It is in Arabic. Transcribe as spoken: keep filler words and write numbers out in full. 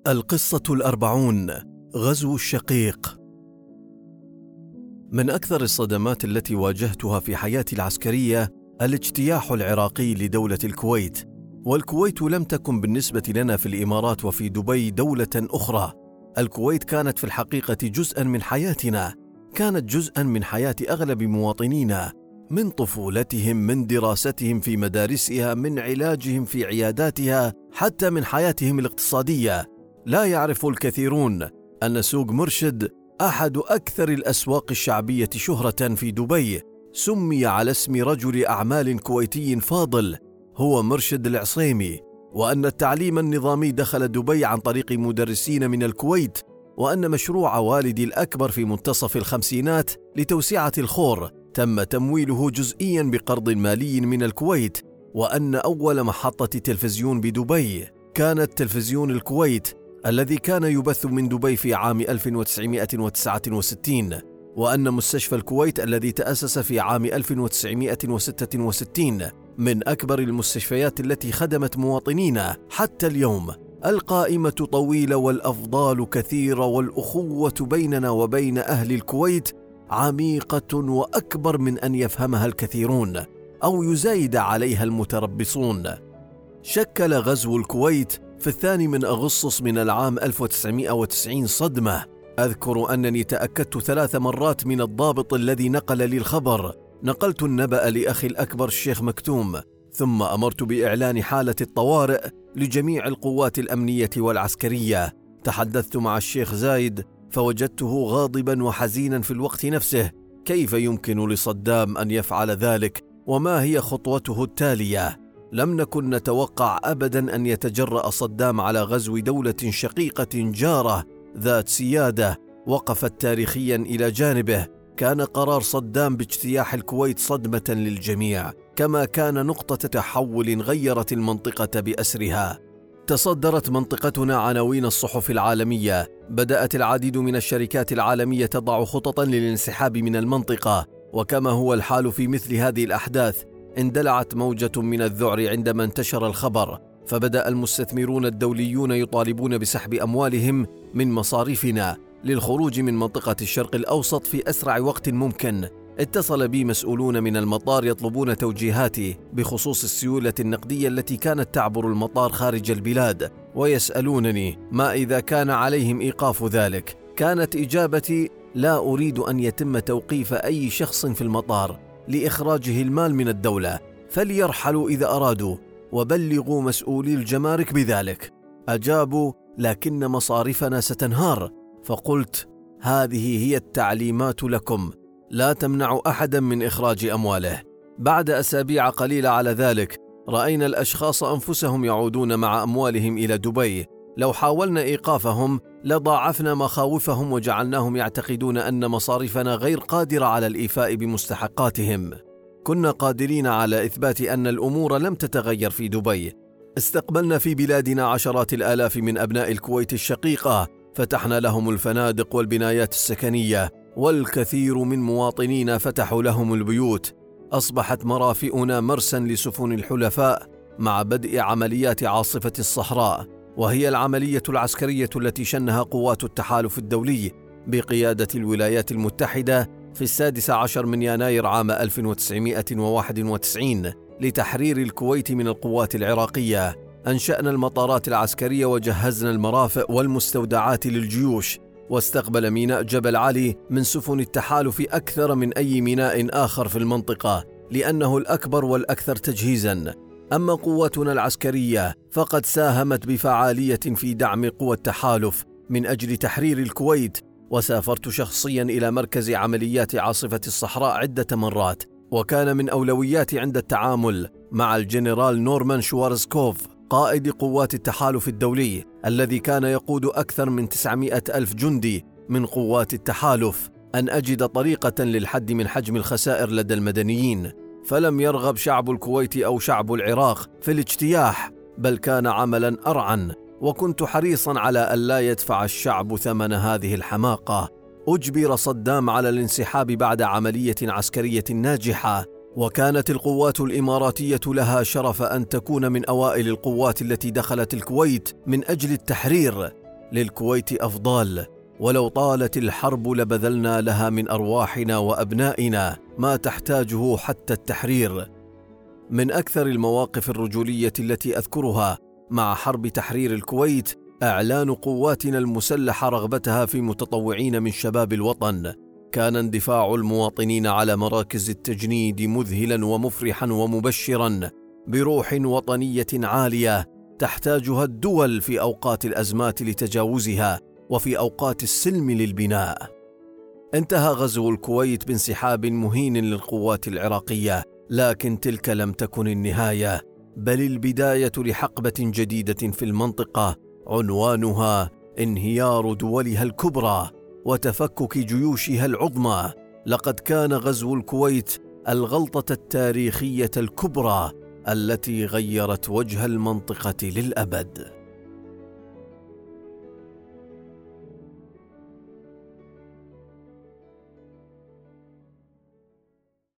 القصة الأربعون: غزو الشقيق. من أكثر الصدمات التي واجهتها في حياتي العسكرية الاجتياح العراقي لدولة الكويت، والكويت لم تكن بالنسبة لنا في الإمارات وفي دبي دولة أخرى. الكويت كانت في الحقيقة جزءاً من حياتنا، كانت جزءاً من حياة أغلب مواطنينا، من طفولتهم، من دراستهم في مدارسها، من علاجهم في عياداتها، حتى من حياتهم الاقتصادية. لا يعرف الكثيرون أن سوق مرشد أحد أكثر الأسواق الشعبية شهرة في دبي، سمي على اسم رجل أعمال كويتي فاضل هو مرشد العصيمي، وأن التعليم النظامي دخل دبي عن طريق مدرسين من الكويت، وأن مشروع والدي الأكبر في منتصف الخمسينات لتوسعة الخور تم تمويله جزئيا بقرض مالي من الكويت، وأن أول محطة تلفزيون بدبي كانت تلفزيون الكويت الذي كان يبث من دبي في عام ألف وتسعمائة وتسعة وستين، وأن مستشفى الكويت الذي تأسس في عام ألف وتسعمائة وستة وستين من أكبر المستشفيات التي خدمت مواطنينا حتى اليوم. القائمة طويلة والأفضال كثيرة، والأخوة بيننا وبين أهل الكويت عميقة وأكبر من أن يفهمها الكثيرون أو يزايد عليها المتربصون. شكل غزو الكويت في الثاني من أغسطس من العام ألف وتسعمائة وتسعين صدمة. أذكر أنني تأكدت ثلاث مرات من الضابط الذي نقل لي الخبر. نقلت النبأ لأخي الأكبر الشيخ مكتوم، ثم أمرت بإعلان حالة الطوارئ لجميع القوات الأمنية والعسكرية. تحدثت مع الشيخ زايد فوجدته غاضبا وحزينا في الوقت نفسه. كيف يمكن لصدام أن يفعل ذلك؟ وما هي خطوته التالية؟ لم نكن نتوقع أبدا أن يتجرأ صدام على غزو دولة شقيقة جارة ذات سيادة وقفت تاريخيا إلى جانبه. كان قرار صدام باجتياح الكويت صدمة للجميع، كما كان نقطة تحول غيرت المنطقة بأسرها. تصدرت منطقتنا عناوين الصحف العالمية، بدأت العديد من الشركات العالمية تضع خططا للانسحاب من المنطقة، وكما هو الحال في مثل هذه الأحداث اندلعت موجة من الذعر عندما انتشر الخبر، فبدأ المستثمرون الدوليون يطالبون بسحب أموالهم من مصاريفنا للخروج من منطقة الشرق الأوسط في أسرع وقت ممكن. اتصل بي مسؤولون من المطار يطلبون توجيهاتي بخصوص السيولة النقدية التي كانت تعبر المطار خارج البلاد، ويسألونني ما إذا كان عليهم إيقاف ذلك. كانت إجابتي: لا أريد أن يتم توقيف أي شخص في المطار لإخراجه المال من الدولة، فليرحلوا إذا أرادوا، وبلغوا مسؤولي الجمارك بذلك. أجابوا: لكن مصارفنا ستنهار. فقلت: هذه هي التعليمات لكم، لا تمنعوا أحدا من إخراج أمواله. بعد أسابيع قليلة على ذلك رأينا الأشخاص أنفسهم يعودون مع أموالهم إلى دبي. لو حاولنا إيقافهم لضاعفنا مخاوفهم وجعلناهم يعتقدون أن مصارفنا غير قادرة على الإيفاء بمستحقاتهم. كنا قادرين على إثبات أن الأمور لم تتغير في دبي. استقبلنا في بلادنا عشرات الآلاف من أبناء الكويت الشقيقة، فتحنا لهم الفنادق والبنايات السكنية، والكثير من مواطنينا فتحوا لهم البيوت. أصبحت مرافئنا مرسا لسفن الحلفاء مع بدء عمليات عاصفة الصحراء، وهي العملية العسكرية التي شنها قوات التحالف الدولي بقيادة الولايات المتحدة في السادس عشر من يناير عام ألف وتسعمائة وواحد وتسعين لتحرير الكويت من القوات العراقية. أنشأنا المطارات العسكرية وجهزنا المرافق والمستودعات للجيوش، واستقبل ميناء جبل علي من سفن التحالف أكثر من أي ميناء آخر في المنطقة، لأنه الأكبر والأكثر تجهيزاً. أما قواتنا العسكرية فقد ساهمت بفعالية في دعم قوى التحالف من أجل تحرير الكويت، وسافرت شخصياً إلى مركز عمليات عاصفة الصحراء عدة مرات، وكان من أولوياتي عند التعامل مع الجنرال نورمان شوارزكوف قائد قوات التحالف الدولي الذي كان يقود أكثر من تسعمائة ألف جندي من قوات التحالف أن أجد طريقة للحد من حجم الخسائر لدى المدنيين. فلم يرغب شعب الكويت أو شعب العراق في الاجتياح، بل كان عملا أرعا، وكنت حريصا على أن لا يدفع الشعب ثمن هذه الحماقة. أجبر صدام على الانسحاب بعد عملية عسكرية ناجحة، وكانت القوات الإماراتية لها شرف أن تكون من أوائل القوات التي دخلت الكويت من أجل التحرير. للكويت أفضال، ولو طالت الحرب لبذلنا لها من أرواحنا وأبنائنا ما تحتاجه حتى التحرير. من أكثر المواقف الرجولية التي أذكرها مع حرب تحرير الكويت إعلان قواتنا المسلحة رغبتها في متطوعين من شباب الوطن. كان اندفاع المواطنين على مراكز التجنيد مذهلا ومفرحا ومبشرا بروح وطنية عالية تحتاجها الدول في أوقات الأزمات لتجاوزها، وفي أوقات السلم للبناء. انتهى غزو الكويت بانسحاب مهين للقوات العراقية، لكن تلك لم تكن النهاية، بل البداية لحقبة جديدة في المنطقة عنوانها انهيار دولها الكبرى وتفكك جيوشها العظمى. لقد كان غزو الكويت الغلطة التاريخية الكبرى التي غيرت وجه المنطقة للأبد.